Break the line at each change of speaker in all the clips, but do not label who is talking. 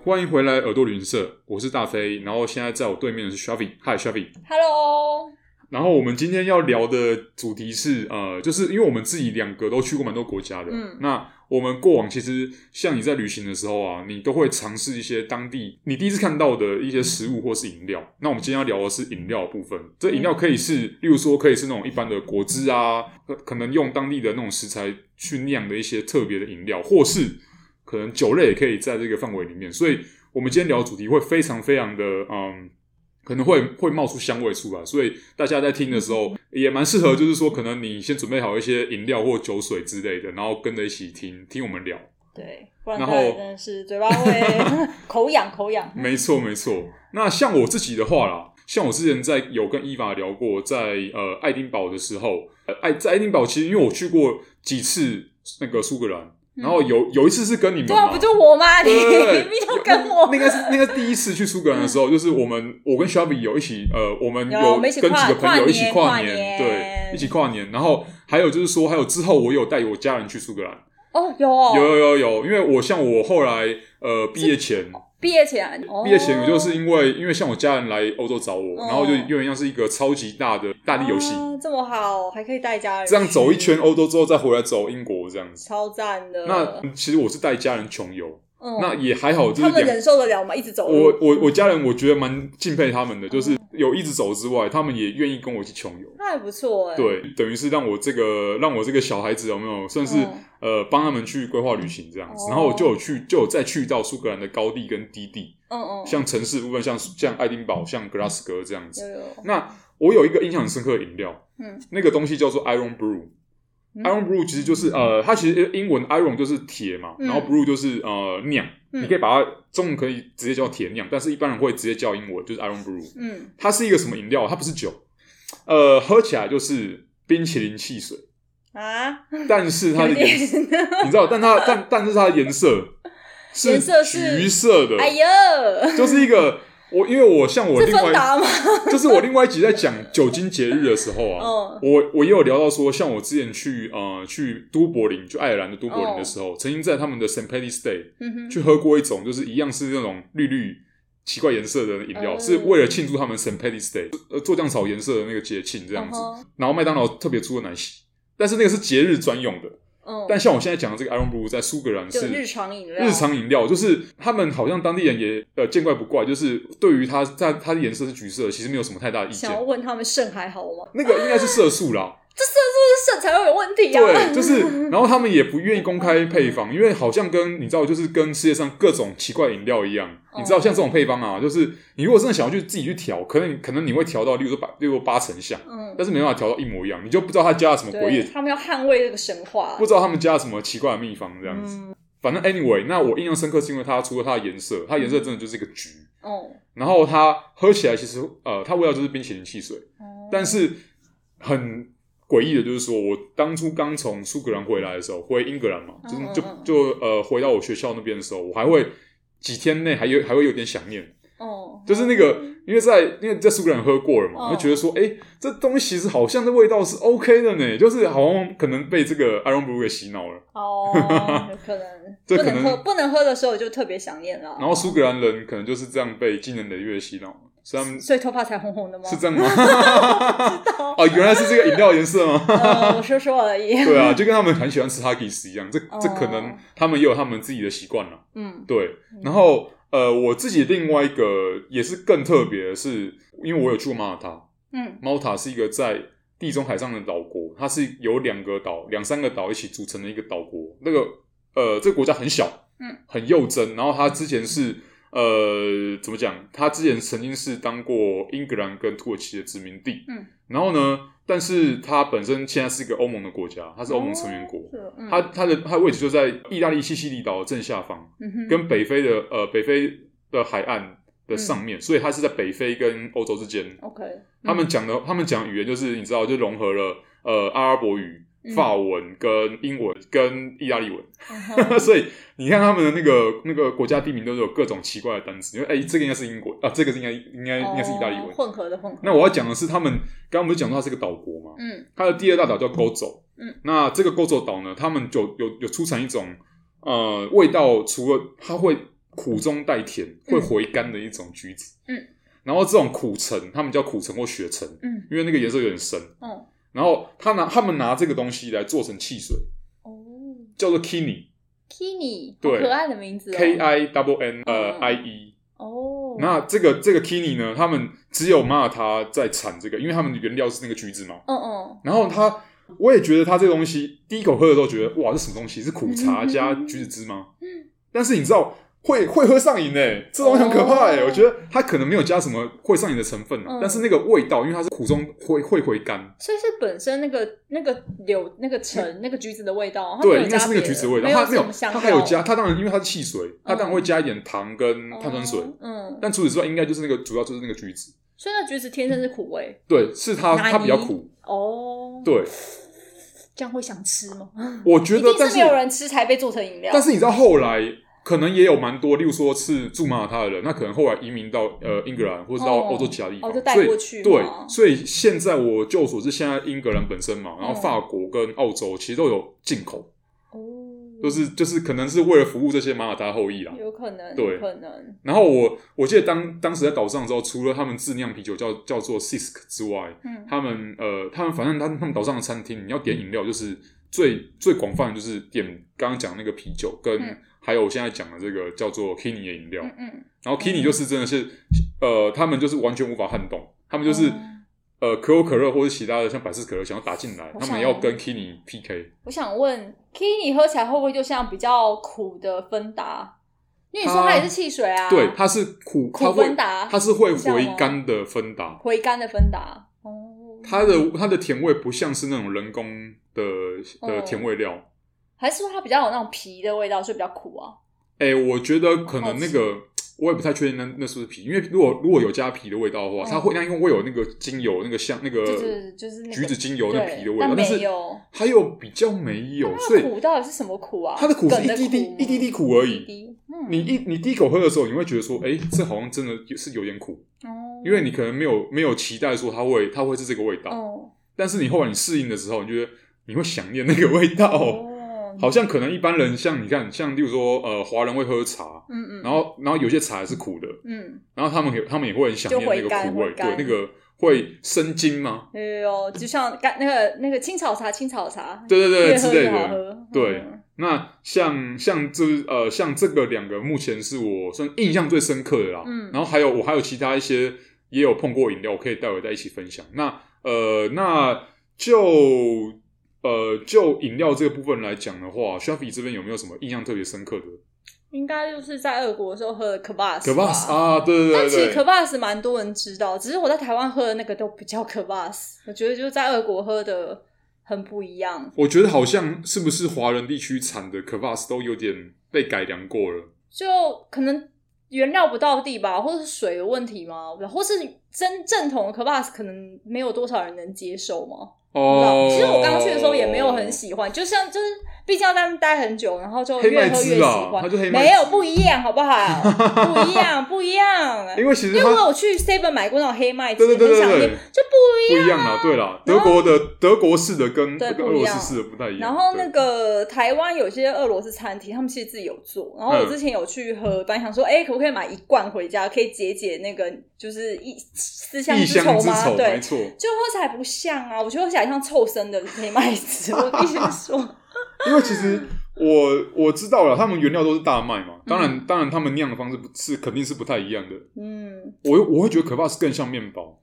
欢迎回来耳朵旅行社，我是大飞，然后现在在我对面的是 Shafi。Hi
Shafi。Hello。
然后我们今天要聊的主题是就是因为我们自己两个都去过蛮多国家的，那我们过往其实像你在旅行的时候啊，你都会尝试一些当地你第一次看到的一些食物或是饮料。那我们今天要聊的是饮料的部分，这饮料可以是例如说可以是那种一般的果汁啊，可能用当地的那种食材去酿的一些特别的饮料，或是可能酒类也可以在这个范围里面。所以我们今天聊的主题会非常非常的可能会冒出香味出来，所以大家在听的时候也蛮适合，就是说可能你先准备好一些饮料或酒水之类的，然后跟着一起听我们聊。
对，不然真的是嘴巴会口痒。没错。
那像我自己的话啦，像我之前有跟伊娃聊过，在爱丁堡的时候，在爱丁堡其实因为我去过几次那个苏格兰。然后有一次是跟你们嘛，
对啊，不就我吗？你就跟我。
那个第一次去苏格兰的时候，就是我跟 Shafi 有一起我们有跟几个朋友一起跨年，对，一起跨年。然后还有就是说，还有之后我有带我家人去苏格兰。
哦，有，
因为我后来毕业前我就是因为像我家人来欧洲找我，然后就有点像是一个超级大的大地游戏，
这么好，还可以带家人
这样走一圈欧洲之后再回来走英国这样子，
超赞的。
那其实我是带家人穷游。那也还好，就是
他们忍受得了吗？一直走
路，我家人我觉得蛮敬佩他们的，就是有一直走之外，他们也愿意跟我一起穷游，
那还不错欸。
对，等于是让我这个小孩子有没有算是帮他们去规划旅行这样子，然后我就有再去到苏格兰的高地跟低地，像城市部分，像爱丁堡、像格拉斯哥这样子。那我有一个印象很深刻的饮料，那个东西叫做 Iron Brew。Iron Brew 其实就是它其实英文 Iron 就是铁嘛，然后 Brew 就是酿，你可以把它中文可以直接叫铁酿，但是一般人会直接叫英文就是 Iron Brew。它是一个什么饮料？它不是酒，喝起来就是冰淇淋汽水啊，但是它的颜色你知道，但是它的颜色是橘色的，
哎呀，
就是一个。因为我另外
吗
就是我另外一集在讲酒精节日的时候啊，我也有聊到说，像我之前去都柏林，就爱尔兰的都柏林的时候，曾经在他们的 St. Paddy's Day 去喝过一种，就是一样是那种绿奇怪颜色的饮料，是为了庆祝他们 St. Paddy's Day 做酱草颜色的那个节庆这样子。然后麦当劳特别出的奶昔，但是那个是节日专用的。但像我现在讲的这个 Iron Brew 在苏格兰是
日常饮料，
就是他们好像当地人也见怪不怪，就是对于它的颜色是橘色，其实没有什么太大的意见。
想要问他们肾还好吗？
那个应该是色素啦。
这色素是肾才会有问题啊！
对，就是然后他们也不愿意公开配方，因为好像你知道，就是跟世界上各种奇怪饮料一样，你知道像这种配方啊，就是你如果真的想要去自己去调，可能你会调到，例如说8成像，但是没办法调到一模一样，你就不知道他加了什么诡异。
他们要捍卫这个神话，
不知道他们加了什么奇怪的秘方这样子。反正 anyway， 那我印象深刻是因为它除了它的颜色，它颜色真的就是一个橘。然后它喝起来其实它味道就是冰淇淋汽水，但是很诡异的就是说，我当初刚从苏格兰回来的时候，回英格兰嘛，就回到我学校那边的时候，我还会几天内还会有点想念。就是那个，因为在苏格兰喝过了嘛，就觉得说，这东西其实好像这味道是 OK 的呢，就是好像可能被这个 Iron Brew 给洗脑了。
有可能，不能喝的时候就特别想念了。
然后苏格兰人可能就是这样被经年累月洗脑。
所以头发才红红的吗？
是这样吗？不知道原来是这个饮料颜色吗？
我说而已。
对啊，就跟他们很喜欢吃 Huggies 一样，这可能他们也有他们自己的习惯了。对。然后我自己另外一个也是更特别的是，因为我有去过马耳他。马耳他是一个在地中海上的岛国，它是有两三个岛一起组成的一个岛国。那个这个国家很小，很幼珍，然后它之前是。怎么讲？他之前曾经是当过英格兰跟土耳其的殖民地，然后呢，但是他本身现在是一个欧盟的国家，他是欧盟成员国，他的位置就在意大利西西里岛的正下方，跟北非的海岸的上面，所以他是在北非跟欧洲之间。他们讲语言就是你知道，就融合了阿拉伯语。法文跟英文跟意大利文，所以你看他们的那个国家地名都是有各种奇怪的单词，因为这个应该是英国啊，这个应该是意大利文，
混合的。
那我要讲的是，他们刚刚不是讲到它是个岛国嘛，它的第二大岛叫Gozo，那这个Gozo岛呢，他们就有出产一种味道，除了它会苦中带甜，会回甘的一种橘子。然后这种苦橙，他们叫苦橙或雪橙，因为那个颜色有点深。然后他们拿这个东西来做成汽水，叫做 Kini。Kini，
好可爱的名字哦。
KINNIE。那这个 Kini 呢，他们只有马耳他在产这个，因为他们的原料是那个橘子嘛。然后我也觉得它这个东西，第一口喝的时候觉得，哇，这什么东西？是苦茶加橘子汁吗？但是你知道会喝上瘾欸，这东西很可怕欸。我觉得它可能没有加什么会上瘾的成分但是那个味道，因为它是苦中会回甘，
所以是本身那个橙那个橘子的味道。
对，应该是那个橘子的味道。它没有，它还有加，它当然因为它是汽水，它当然会加一点糖跟碳酸水。但除此之外，应该就是主要就是那个橘子。
所以那橘子天生是苦味。
对，是它比较苦。对。
这样会想吃吗？
我觉得，
一定是没有人吃才被做成饮料。
但是你知道后来可能也有蛮多，例如说是驻马耳他的人，那可能后来移民到英格兰或者到欧洲其他地方，
就带过去。
对，所以现在我就所知，现在英格兰本身嘛，然后法国跟澳洲其实都有进口。就是可能是为了服务这些马耳他后裔啦，
有可能，
对，
有可能。
然后我记得当时在岛上之后，除了他们自酿啤酒叫做 Sisk 之外，他们反正他们岛上的餐厅，你要点饮料就是最广泛的就是点刚刚讲那个啤酒，跟还有我现在讲的这个叫做 Kini 的饮料。然后 Kini 就是真的是他们就是完全无法撼动，他们就是可口可乐或者其他的像百事可乐想要打进来，他们要跟 Kini PK。
我想问 Kini 喝起来会不会就像比较苦的芬达？因为你说它也是汽水啊。
对，它是苦
芬达，
它是会回甘的芬达。
回甘的芬达。
它的甜味不像是那种人工的甜味料，
还是说它比较有那种皮的味道，所以比较苦啊？
我觉得可能那个。我也不太确定那是不是皮，因为如果有加皮的味道的话，它会因为会有那个精油那个像那个
就是
橘子精油那皮的味道，
但
是还有比较没有。所以
苦到底是什么苦啊？
它的苦是一滴滴苦而已。你第一口喝的时候，你会觉得说，这好像真的是有点苦，因为你可能没有期待说它会是这个味道，但是你后来你适应的时候，你觉得你会想念那个味道。好像可能一般人像你看，像例如说华人会喝茶，然后有些茶是苦的，然后他们也会很想念那个苦味，对，那个会生津吗？
就像那个青草茶，
对之类的，对。那像这个两个，目前是我算印象最深刻的啦。然后我还有其他一些也有碰过饮料，我可以待会再一起分享。那就饮料这个部分来讲的话 ，Shafi 这边有没有什么印象特别深刻的？
应该就是在俄国的时候喝的 Kvass
啊，对。
但其实 Kvass 蛮多人知道，只是我在台湾喝的那个都不叫 Kvass， 我觉得就是在俄国喝的很不一样。
我觉得好像是不是华人地区产的 Kvass 都有点被改良过了，
就可能原料不到地吧，或者是水的问题吗？或是正统的 Kvass 可能没有多少人能接受吗？其实我刚去的时候也没有很喜欢，就是毕竟要在那边待很久，然后就越喝越喜欢。没有不一样，好不好？不一样。因为我有去 Seven 买过那种黑麦汁，
对，
就不一样
啦。对啦，德国式的跟俄罗斯式的不太一样。
然后那个台湾有些俄罗斯餐厅，他们其实自己有做。然后我之前有去喝，本来想说，可不可以买一罐回家，可以解那个就是思乡之愁吗？对，
没错。
就喝起来不像啊，我觉得喝起来像臭生的黑麦汁，我必须说。
因为其实我知道了，他们原料都是大麦嘛，当然他们酿的方式肯定是不太一样的。我会觉得Kvass更像面包。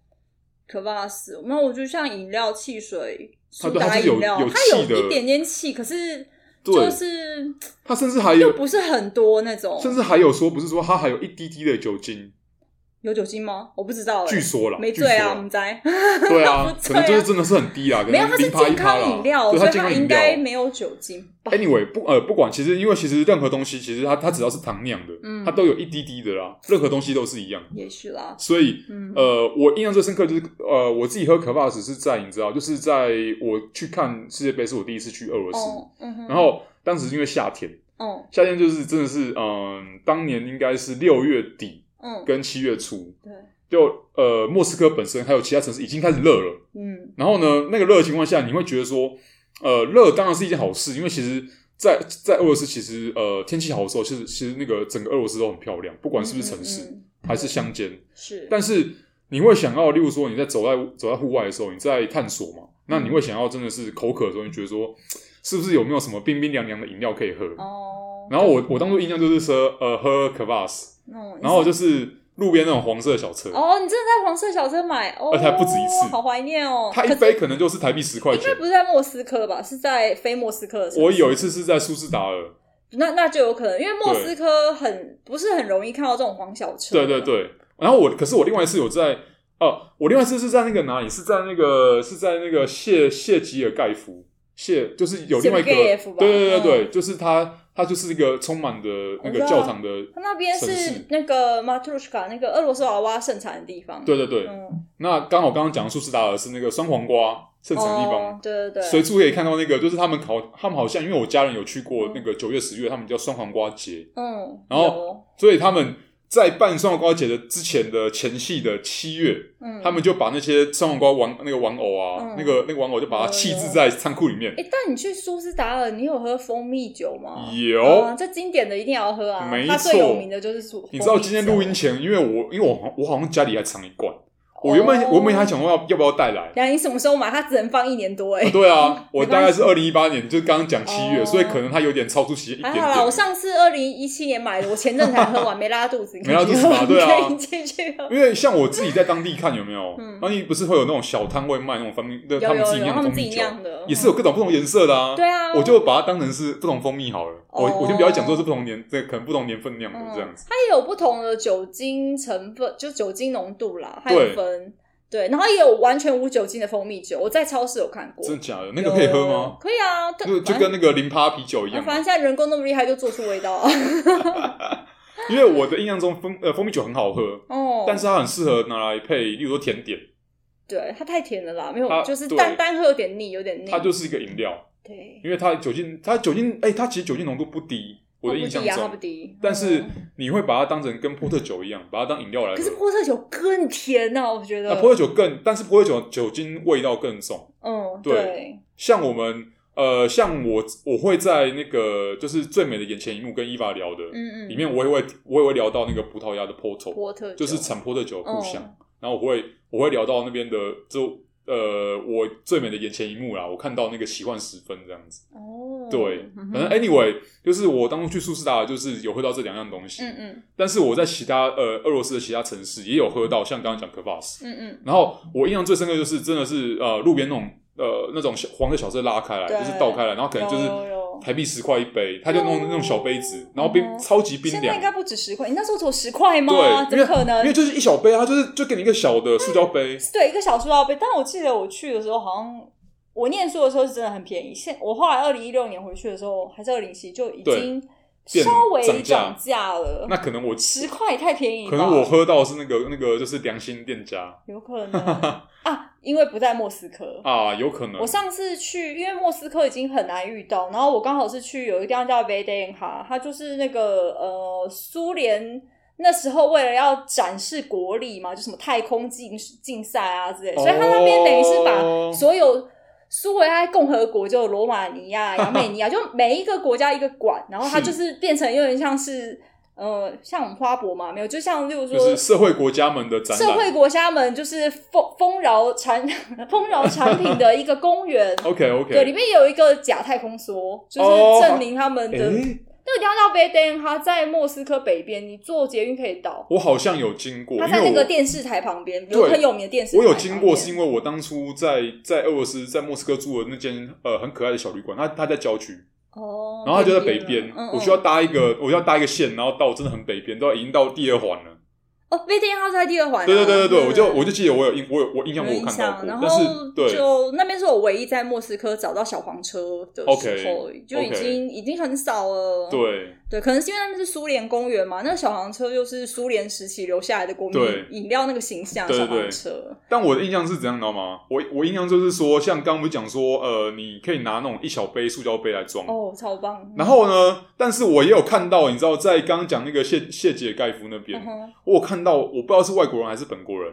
Kvass，那我觉得像饮料、汽水、苏
打
饮料，它有一点点气，可是就是
它甚至还有
又不是很多那种，
甚至还有说不是说它还有一滴滴的酒精。
有酒精吗？我不知道。
据说啦，
没醉啊，我们在。
对啊，可能就是真的是很低啦。
没有，它是健康饮料，所以它应该没有酒精。
Anyway， 不管，其实任何东西，其实它只要是糖酿的，它都有一滴滴的啦。任何东西都是一样。
也许啦。
所以我印象最深刻就是我自己喝Kvass是在你知道，就是在我去看世界杯是我第一次去俄罗斯，然后当时因为夏天，夏天就是真的是当年应该是6月底。跟7月初，对，就莫斯科本身还有其他城市已经开始热了，然后呢，那个热的情况下，你会觉得说，热当然是一件好事，因为其实在俄罗斯其实天气好的时候，其实那个整个俄罗斯都很漂亮，不管是不是城市还是乡间。
是，
但是你会想要，例如说你在走在户外的时候，你在探索嘛，那你会想要真的是口渴的时候，你觉得说是不是有没有什么冰冰凉凉的饮料可以喝？然后我当初印象就是喝 Kvass，然后就是路边那种黄色的小车。
你真的在黄色小车买？
而且还不止一次，
好怀念哦。
它一杯可能就是台币10块钱。
应该不是在莫斯科吧？是在非莫斯科的城市。
我有一次是在苏斯达尔。
那就有可能，因为莫斯科不是很容易看到这种黄小车。
对对对。然后可是我另外一次有在我另外一次是在那个哪里？是在那个谢吉尔盖夫。就是有另外一个，对，就是它就是一个充满的那个教堂的，
它那边是那个马特鲁什卡那个俄罗斯娃娃盛产的地方。
对，那刚好我刚刚讲的苏斯达尔是那个酸黄瓜盛产的地方。
对，
随处可以看到那个，就是他们好像，因为我家人有去过那个9月10月，他们叫酸黄瓜节。然后所以他们在办酸黄瓜节的之前的前夕的7月，他们就把那些酸黄瓜那个玩偶啊，那个玩偶就把它弃置在仓库里面。
但你去苏斯达尔，你有喝蜂蜜酒吗？
有，
这经典的一定要喝啊！
没错，
它最有名的就是蜂蜜酒。
你知道今天录音前，因为我好像家里还藏一罐。我原本还想说要不要带来。
你什么时候买？它只能放1年多
对啊，我大概是2018年，就刚刚讲7月，所以可能它有点超出期一点点。
好啦，我上次2017年买的，我前阵才喝完，没拉肚子。
没拉肚子吧？对啊，
可以继续喝。
因为像我自己在当地看有没有，当地不是会有那种小摊会卖那种蜂蜜，他们自己酿的蜂蜜酒，也是有各种不同颜色的啊。
对啊，
我就把它当成是不同蜂蜜好了。我先不要讲说是不同可能不同年份酿的这样子。
它也有不同的酒精成分，就酒精浓度啦，还有分。对，然后也有完全无酒精的蜂蜜酒，我在超市有看过。
真的假的？那个可以喝吗？
可以啊，
就跟那个0%啤酒一样。
反正现在人工那么厉害，就做出味道啊。
因为我的印象中蜂蜜酒很好喝，但是它很适合拿来配，例如说甜点。
对，它太甜了啦，没有，就是单喝有点腻，它
就是一个饮料。
对，
因为它酒精，它其实酒精浓度不低。我的印象中，
不低，
但是你会把它当成跟波特酒一样，把它当饮料来喝。
可是波特酒更甜啊，我觉得。
那波特酒但是波特酒酒精味道更重。
对。
像我们像我会在那个就是最美的眼前一幕跟伊娃聊的，里面我也会聊到那个葡萄牙的波特，就是产波特酒的故乡，然后我会聊到那边的我最美的眼前一幕啦，我看到那个奇幻10分这样子。对，反正 anyway， 就是我当初去苏斯达尔就是有喝到这2样东西。但是我在其他俄罗斯的其他城市也有喝到，像刚刚讲 Kvass。然后我印象最深刻就是真的是路边那种黄色小车拉开来，就是倒开来，然后可能就是台币10块一杯，他就弄那种小杯子，然后超级冰凉。
现在应该不止10块，你那时候只有10块吗？
对，
怎么可能？
因为就是一小杯啊，就给你一个小的塑胶杯。
对，一个小塑胶杯。但我记得我去的时候，好像我念书的时候是真的很便宜。我后来2016年回去的时候，还是2017就已经稍微涨价了。
那可能我
10块也太便宜了吧？
可能我喝到的是那个就是良心店家，
有可能啊，因为不在莫斯科
啊，有可能。
我上次去，因为莫斯科已经很难遇到，然后我刚好是去有一个地方叫 Vdenkha， 它就是那个苏联那时候为了要展示国力嘛，就什么太空竞赛啊之类，所以他那边等于是把所有苏维埃共和国，就罗马尼亚、亚美尼亚，就每一个国家一个馆，然后它就是变成有点像是像我们花博嘛，没有，就像例如说，
就是社会国家们的展览，
社会国家们就是丰饶产品的一个公园。
OK，
对，里面有一个假太空梭，就是证明他们的。那个地方叫 Vdenkha， 在莫斯科北边，你坐捷运可以到。
我好像有经过，
它在那个电视台旁边，有很有名的电视台。
我有经过，是因为我当初在俄罗斯，在莫斯科住的那间很可爱的小旅馆，它在郊区。然后它就在北边，我需要搭一个线，然后到真的很北边，已经到第2环了。
Vdenkha是在第2环。
对，我就记得我印象我有看到过，但是对，
就那边是我唯一在莫斯科找到小黄车的时候，就已经很少了。对，可能是因为那边是苏联公园嘛，那个小黄车就是苏联时期留下来的国民饮料那个形象小黄车。
但我的印象是怎样，你知道吗？我印象就是说，像刚刚不是讲说，你可以拿那种一小杯塑胶杯来装，
超棒。
然后呢，但是我也有看到，你知道，在刚刚讲那个谢杰盖夫那边，我有看到，我不知道是外国人还是本国人，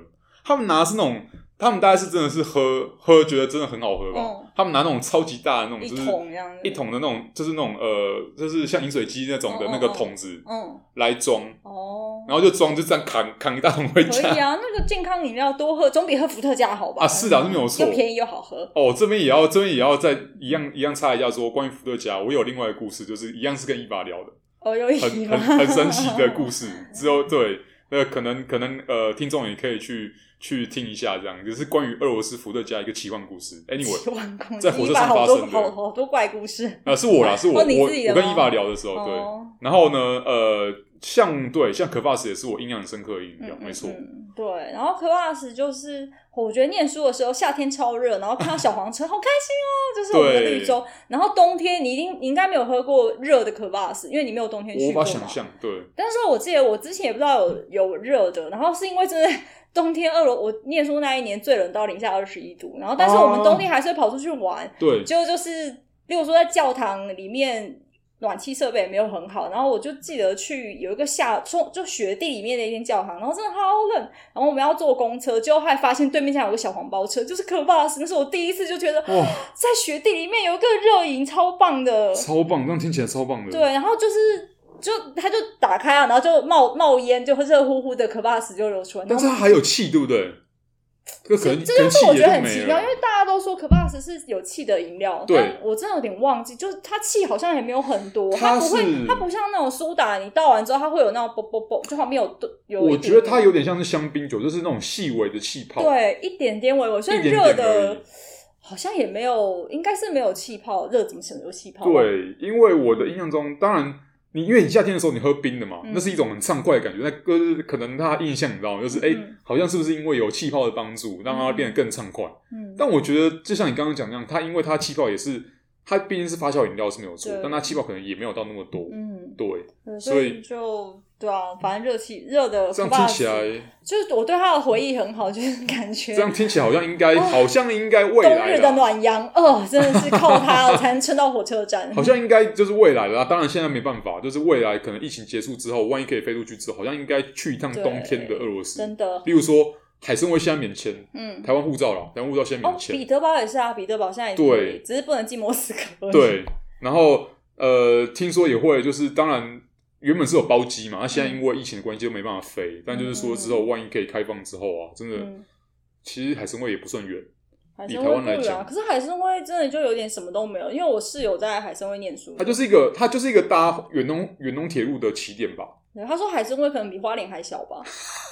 他们拿的是那种。他们大概是真的是喝觉得真的很好喝吧，他们拿那种超级大的那种就是一桶的那种就是那种就是像饮水机那种的那个桶子来装然后就装就这样扛一大桶回家。
可以啊，那个健康饮料多喝总比喝伏特加好吧？
啊，是的，是没有错，
又便宜又好喝。
哦，这边也要再一样插一下说关于伏特加，我有另外一个故事，就是一样是跟伊爸聊的。
哦，有
很神奇的故事。之后对可能听众也可以去听一下，这样就是关于俄罗斯伏特加一个奇幻故事。Anyway， 在火车上发生的
好多怪故事。
是我啦，是我
我
跟伊爸聊的时候，对。然后呢，像可发斯也是我印象很深刻的饮料，没错。
对，然后可发斯就是我觉得念书的时候夏天超热，然后看到小黄车好开心哦，就是我们的绿洲。然后冬天你应该没有喝过热的可发斯，因为你没有冬天去过嘛。
我无法想象，对。
但是我记得我之前也不知道有热的，然后是因为真的冬天我念书那一年最冷到-21度，然后但是我们冬天还是会跑出去玩。
对，
就是例如说在教堂里面。暖气设备也没有很好，然后我就记得去有一个就雪地里面的一间教堂，然后真的好冷，然后我们要坐公车，结果还发现对面有个小黄包车，就是可发斯，那是我第一次就觉得在雪地里面有一个热饮，超棒的，
超棒，这样听起来超棒的。
对，然后它就打开啊，然后就冒烟，就热乎乎的可发斯就流出来，
但是它还有气，对不对？这
就是我觉得很奇妙，因为大家都说可发斯是有气的饮料，但我真的有点忘记，就是它气好像也没有很多，它不像那种苏打，你倒完之后它会有那种啵啵啵，就旁边有
我觉得它有点像是香槟酒，就是那种细微的气泡，
对，一点点微微，所以热的好像也没有，应该是没有气泡，热怎么有气泡？
对，因为我的印象中，当然。因为你夏天的时候你喝冰的嘛，那是一种很畅快的感觉。那可能他印象你知道吗？就是好像是不是因为有气泡的帮助，让它变得更畅快？但我觉得就像你刚刚讲那样，它因为它气泡也是，它毕竟是发酵饮料是没有错，但它气泡可能也没有到那么多。对，所以
就对啊，反正热的
这样听起来，
就是我对它的回忆很好，就是感觉
这样听起来好像应该未来
冬日的暖阳真的是靠它才能撑到火车站，
好像应该就是未来了。当然现在没办法，就是未来可能疫情结束之后，万一可以飞出去之后，好像应该去一趟冬天的俄罗斯，
真的。
例如说海参崴现在免签，台湾护照啦，台湾护照现在免签。
彼得堡也是啊，彼得堡现在也对，只是不能进莫斯科。
对，然后听说也会，就是当然。原本是有包机嘛，那现在因为疫情的关系就没办法飞，但就是说之后万一可以开放之后啊，真的，其实海参崴也不算远，以台湾来讲，
可是海参崴真的就有点什么都没有，因为我室友在海参崴念书，
它就是一个搭远东铁路的起点吧。
他说海参崴可能比花莲还小吧，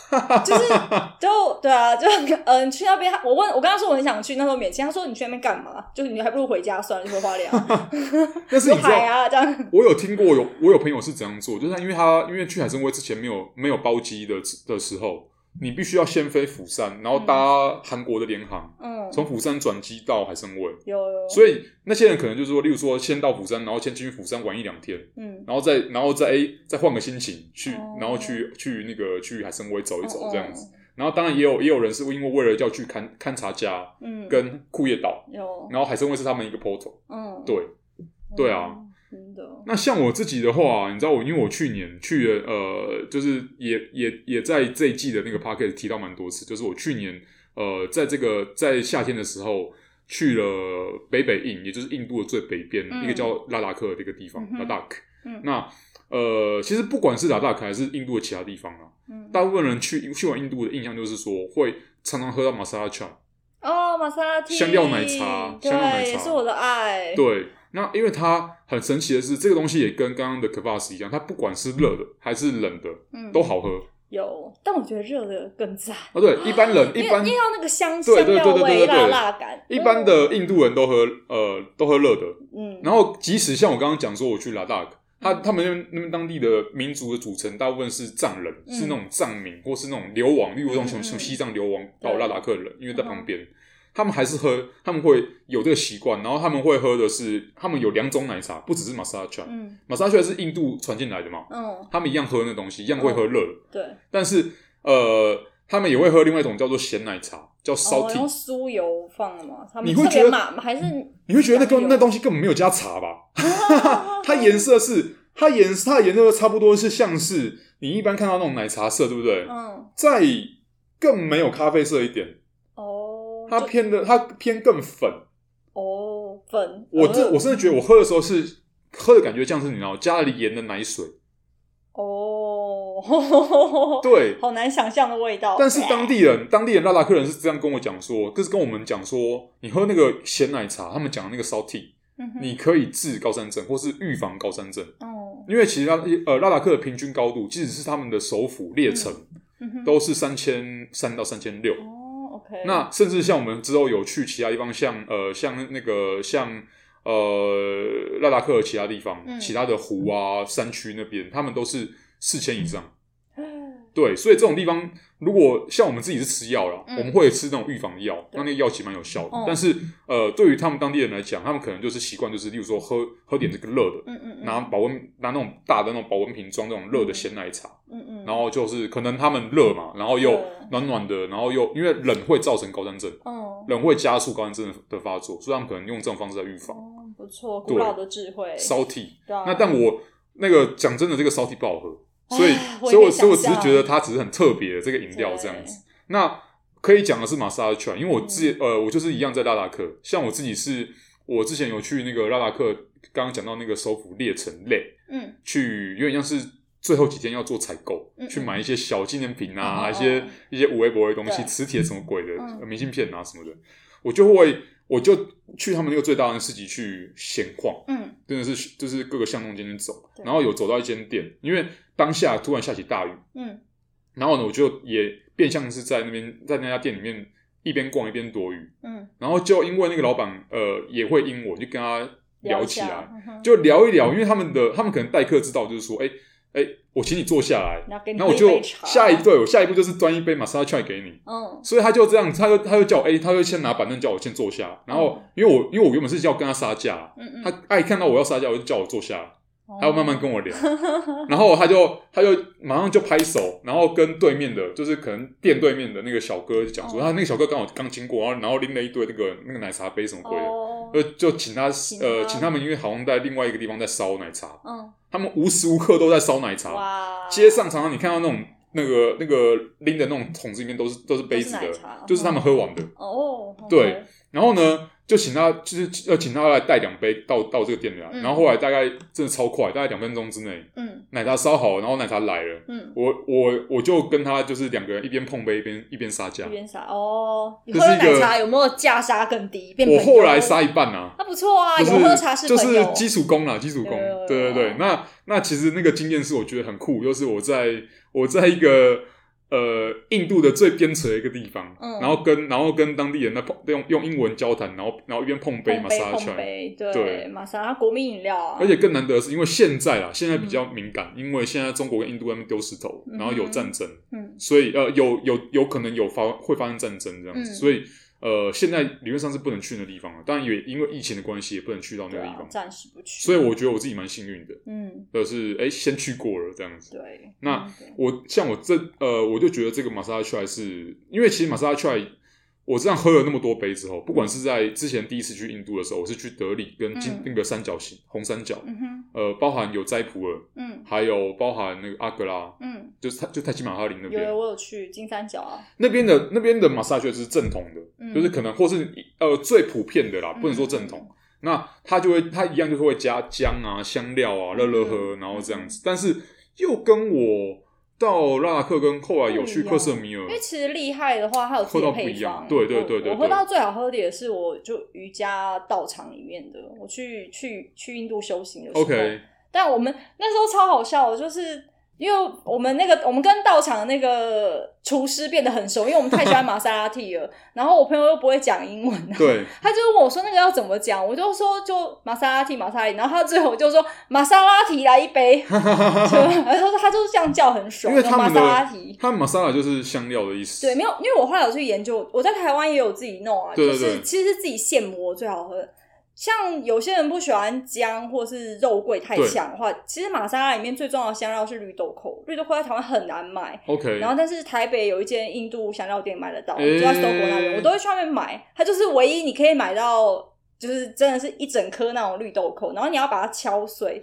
对啊，你去那边，我跟他说我很想去，那时候免签，他说你去那边干嘛？就是你还不如回家算了，就回花莲啊。
但是你知道
海啊，这样
我有听过我有朋友是怎样做，就是因为去海参崴之前没有包机的时候。你必须要先飞釜山，然后搭韩国的联航，从釜山转机到海参崴。有。所以那些人可能就是说，例如说先到釜山，然后先进去釜山玩1-2天，然后再换个心情去，然后去海参崴走一走这样子。然后当然也有人是因为为了要去勘察家，跟库页岛，然后海参崴是他们一个 portal，对啊。那像我自己的话，你知道因为我去年去了就是也在这一季的那个 podcast 提到蛮多次，就是我去年在夏天的时候去了北印，也就是印度的最北边，一个叫拉达克的一个地方，拉达克。那其实不管是拉达克还是印度的其他地方啊，大部分人去完印度的印象就是说会常常喝到玛莎拉茶。
玛莎拉
香料奶茶，
也是我的爱。
对。那因为它很神奇的是，这个东西也跟刚刚的可发斯一样，它不管是热的还是冷的，都好喝。
有，但我觉得热的更赞。
对，一般人
因为要那个香料味、辣感。
一般的印度人都喝热的。然后即使像我刚刚讲说，我去拉达克，他们那边当地的民族的组成大部分是藏人，是那种藏民或是那种流亡，例如那种从西藏流亡到拉达克的人，因为在旁边。他们还是他们会有这个习惯，然后他们会喝的是，他们有2种奶茶，不只是玛莎拉茶，玛莎拉茶是印度传进来的嘛，他们一样喝那东西，一样会喝热的，
对，
但是他们也会喝另外一种叫做咸奶茶，叫 salty，
用酥油放的吗？他们
你会觉得
还是
你会觉得那东西根本没有加茶吧？它颜色它的颜色差不多是像是你一般看到那种奶茶色，对不对？ 更没有咖啡色一点。它偏更粉。
粉。
我甚至觉得我喝的时候是喝的感觉像是你知道加了盐的奶水。对，
好难想象的味道。
但是当地人拉达克人是这样跟我讲说，就是跟我们讲说，你喝那个咸奶茶，他们讲的那个烧 tea，你可以治高山症或是预防高山症。因为其实拉达克的平均高度，即使是他们的首府列城，都是3300到3600。那甚至像我们之后有去其他地方，像拉达克的其他地方，其他的湖啊山区那边，他们都是4000以上。对，所以这种地方，如果像我们自己是吃药啦，我们会吃那种预防药，那个药其实蛮有效的。但是对于他们当地人来讲，他们可能就是习惯，就是例如说喝点这个热的，拿那种大的那种保温瓶装这种热的鲜奶茶，然后就是可能他们热嘛，然后又暖暖的，然后又因为冷会造成高山症，冷会加速高山症的发作，所以他们可能用这种方式来预防。
不错，古老的智慧。
烧 tea，那但我那个讲真的，这个烧 tea 不好喝。所以我只是觉得它只是很特别的这个饮料这样子。那可以讲的是马萨拉川，因为我就是一样在拉达克，像我自己我之前有去那个拉达克，刚刚讲到那个首府列城去有点像是最后几天要做采购，去买一些小纪念品啊，一些有的没的东西，磁铁什么鬼的，明信片啊什么的，我就去他们那个最大的市集去闲逛，真的是就是各个巷弄间走，然后有走到一间店，因为当下突然下起大雨，然后呢，我就也变相是在那家店里面一边逛一边躲雨，然后就因为那个老板也会英文，就跟他聊起来，就聊一聊，因为他们可能待客之道就是说，我请你坐下来，然后我就下一步就是端一杯玛莎拉chai给你，所以他就这样，他就叫我，他就先拿板凳叫我先坐下，然后因为我原本是要跟他杀价，他一看到我要杀价，我就叫我坐下，他要慢慢跟我聊，然后他就马上就拍手，然后跟对面的，就是可能店对面的那个小哥讲说，他那个小哥刚好刚经过，然后拎了一堆那个奶茶杯什么鬼的，就请他们，因为好像在另外一个地方在烧奶茶，他们无时无刻都在烧奶茶，街上常常你看到那个拎的那种桶子里面都是杯子的，就是他们喝完的。对，然后呢，就请他来带2杯到这个店里来，然后后来大概真的超快，大概2分钟之内，奶茶烧好了，然后奶茶来了，我就跟他就是2个人一边碰杯一边杀价，
你喝的奶茶有没有价杀更低？
我后来杀一半啊，
那不错啊，有喝茶是朋友，
就是基础功啦，基础功，对。那其实那个经验是我觉得很酷，就是我在一个印度的最边陲的一个地方，然后跟当地人用英文交谈，然后一边碰杯玛莎拉chai，对，玛莎拉国民饮料啊。而且更难得的是，因为现在比较敏感，因为现在中国跟印度在那边丢石头，然后有战争，所以有可能会发生战争这样子，所以现在理论上是不能去那地方了，当然也因为疫情的关系，也不能去到那个地方，
暂时不去。
所以我觉得我自己蛮幸运的，就是先去过了这样子。
对，
那我就觉得这个玛莎拉chai是因为其实玛莎拉chai我这样喝了那么多杯之后，不管是在之前第一次去印度的时候，我是去德里跟那个三角形红三角，包含有斋普尔，还有包含那个阿格拉，就泰姬玛哈林那边，
我有去金三角啊，
那边的玛莎拉chai是正统的，就是可能或是最普遍的啦，不能说正统。那它一样就是会加姜啊、香料啊、热喝，然后这样子，但是又跟我到拉达克跟后来有去克什米尔，
因为其实厉害的话，它有自己的配方。
对，
我喝到最好喝的也是我就瑜伽道场里面的。我去印度修行的时候，但我们那时候超好笑的，就是因为我们跟道场的那个厨师变得很熟，因为我们太喜欢玛莎拉蒂了。然后我朋友又不会讲英文，
对，
他就问我说那个要怎么讲，我就说就玛莎拉蒂，然后他最后就说玛莎拉蒂来一杯，他就是这样叫很爽，
因为他们的玛莎拉
就是
香料的意思。
对，没有，因为我后来有去研究，我在台湾也有自己弄啊，
对
就是其实是自己现磨最好喝的。像有些人不喜欢姜或是肉桂太强的话，其实玛莎拉里面最重要的香料是绿豆蔻。绿豆蔻在台湾很难买，然后但是台北有一间印度香料店买得到，就在搜狗那边，我都会去那边买。它就是唯一你可以买到，就是真的是一整颗那种绿豆蔻，然后你要把它敲碎。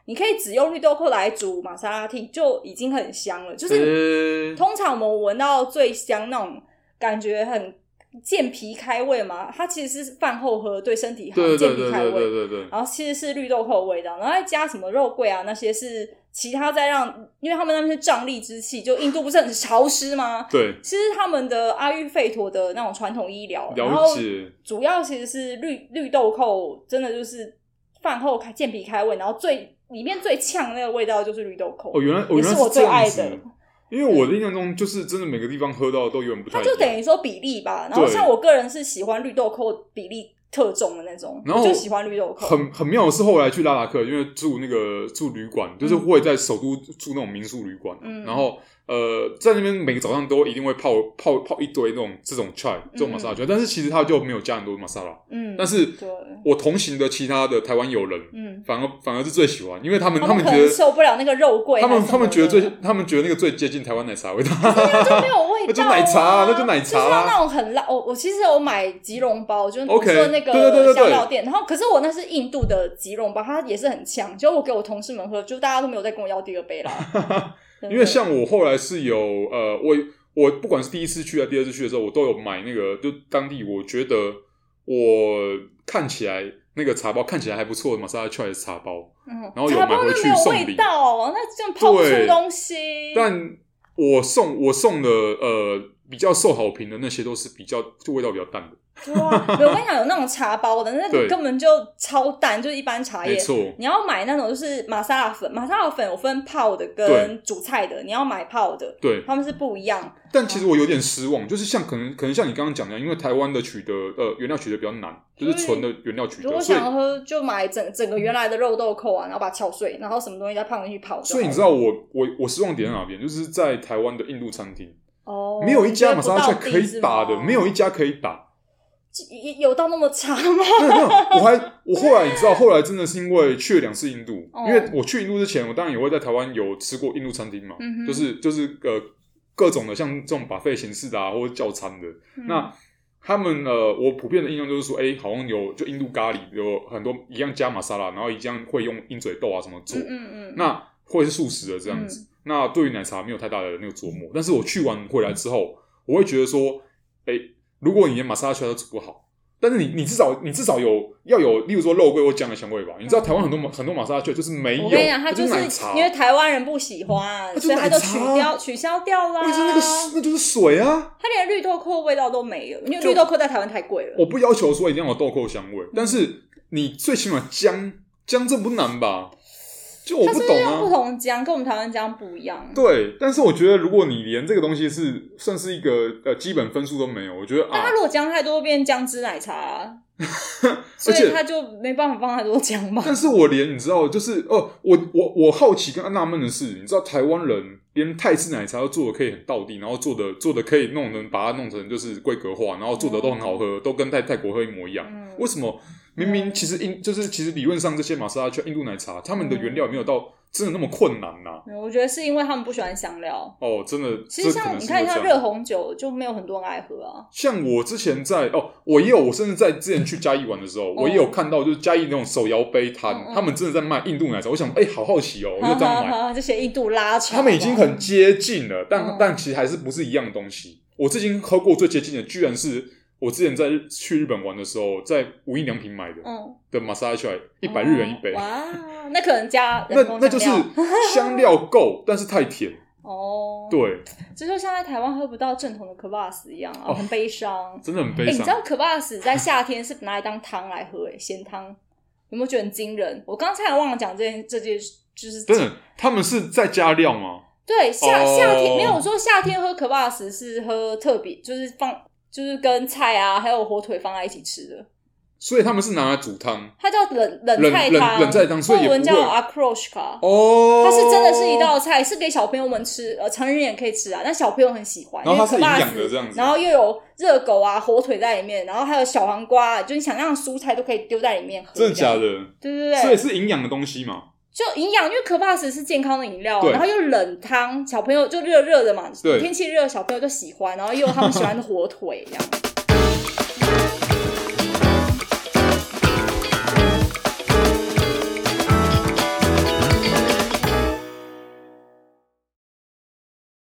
你可以只用绿豆蔻来煮玛莎拉蒂就已经很香了，就是通常我们闻到最香那种感觉很健脾开胃嘛，它其实是饭后喝对身体好，健脾开胃，对，然后其实是绿豆蔻的味道，然后再加什么肉桂啊那些是其他再让，因为他们那边是瘴疠之气，就印度不是很潮湿吗？
对，
其实他们的阿育吠陀的那种传统医疗，然后主要其实是绿豆蔻，真的就是饭后健脾开胃，然后里面最呛的那个味道就是绿豆蔻。
原来
也是我最爱的。
因为我的印象中就是真的每个地方喝到都有点不太一样，
它就等于说比例吧。然后像我个人是喜欢绿豆蔻比例特重的那种，然后我就喜欢绿豆蔻。
很妙的是后来去拉达克，因为住旅馆，就是会在首都住那种民宿旅馆，然后在那边每个早上都一定会泡一堆这种 chai 这种玛莎拉 chai，但是其实它就没有加很多玛莎拉。但是我同行的其他的台湾友人，反而是最喜欢，因为他们觉得
受不了那个肉桂，
他们觉得那个最接近台湾奶茶味道，
就没有味道，
那就奶茶，那就奶茶啦，
就是那种很辣。我其实有买吉隆包，就是我说那个香料店，然后可是我那是印度的吉隆包，它也是很呛，结果我给我同事们喝，就大家都没有再跟我要第二杯啦。
因为像我后来是有我不管是第一次去还是第二次去的时候，我都有买那个就当地我觉得我看起来那个茶包看起来还不错的玛莎拉 chai 的茶包，然后有买回去送礼，
茶包那没有味道，那这样泡不出东西。
但我送的比较受好评的那些都是就味道比较淡的。
对啊，我跟你讲，有那种茶包的，那个根本就超淡，就是一般茶叶。
没错，
你要买那种就是玛莎拉粉，玛莎拉粉有分泡的跟煮菜的，你要买泡的，
对，
他们是不一样。
但其实我有点失望，就是可能像你刚刚讲的，因为台湾的取得原料取得比较难，就是纯的原料取得。
如果想喝，就买整个原来的肉豆蔻啊，然后把它敲碎，然后什么东西再放进去泡。
所以你知道我失望点在哪边？就是在台湾的印度餐厅，没有一家玛莎拉 chai 可以打的，没有一家可以打。
有到那么差吗？
我后来你知道，后来真的是因为去了2次印度，因为我去印度之前，我当然也会在台湾有吃过印度餐厅嘛，就是各种的像这种 buffet 形式的或者叫餐的。那他们我普遍的印象就是说，好像有就印度咖喱有很多一样加玛莎拉，然后一样会用鹰嘴豆啊什么做，那会是素食的这样子。那对于奶茶没有太大的那个琢磨，但是我去完回来之后，我会觉得说，如果你连玛莎拉 chai 都煮不好，但是你至少要有，例如说肉桂或姜的香味吧。你知道台湾很多玛莎拉 chai 就是没有，
我跟你讲，它
就是奶茶，
因为台湾人不喜欢，所以它就取消掉啦。
那就是水啊，
它连绿豆蔻味道都没有，因为绿豆蔻在台湾太贵了。
我不要求说一定要有豆蔻香味，但是你最起码姜这不难吧？就我不懂啊，它是
用不同姜，跟我们台湾姜不一样。
对，但是我觉得如果你连这个东西算是一个基本分数都没有，我觉得
但它如果姜太多，会变姜汁奶茶啊。所以它就没办法放太多姜嘛。
但是我连你知道，就是我好奇跟纳闷的是，你知道台湾人连泰式奶茶都做的可以很道地，然后做的可以把它弄成就是规格化，然后做的都很好喝，都跟泰国喝一模一样。为什么？明明其实理论上这些玛莎拉 chai 印度奶茶，他们的原料没有到真的那么困难呐。
我觉得是因为他们不喜欢香料。
真的。
其实像你看像热红酒就没有很多人爱喝啊。
像我之前我甚至在之前去嘉义玩的时候，我也有看到就是嘉义那种手摇杯摊，他们真的在卖印度奶茶。我想好好奇我就这样买。
这些印度拉茶，
他们已经很接近了，但其实还是不是一样的东西。我至今喝过最接近的，居然是我之前在去日本玩的时候，在无印良品买的玛莎拉 chai $100一杯。
哇，那可能加
那就是香料够，但是太甜。对，
这就像在台湾喝不到正统的可巴斯一样啊，很悲伤，
真的很悲伤。
你知道可巴斯在夏天是拿来当汤来喝，咸汤，有没有觉得很惊人？我刚才忘了讲这件，就是
真的，他们是在加料吗？
对，夏天没有说夏天喝可巴斯是喝特别，就是跟菜啊还有火腿放在一起吃的。
所以他们是拿来煮汤，
它叫冷菜汤，
冷菜汤，所以
英文叫 akroshka。它是真的是一道菜，是给小朋友们吃，成人也可以吃啊，但小朋友很喜欢。
然后它是营养的这样子，
然后又有热狗啊、火腿在里面，然后还有小黄瓜，就你想让蔬菜都可以丢在里面喝。
真的假的？
对，
所以是营养的东西嘛？
就营养，因为可巴斯是健康的饮料，然后又冷汤，小朋友就热热的嘛，天气热，小朋友就喜欢，然后又有他们喜欢的火腿这样。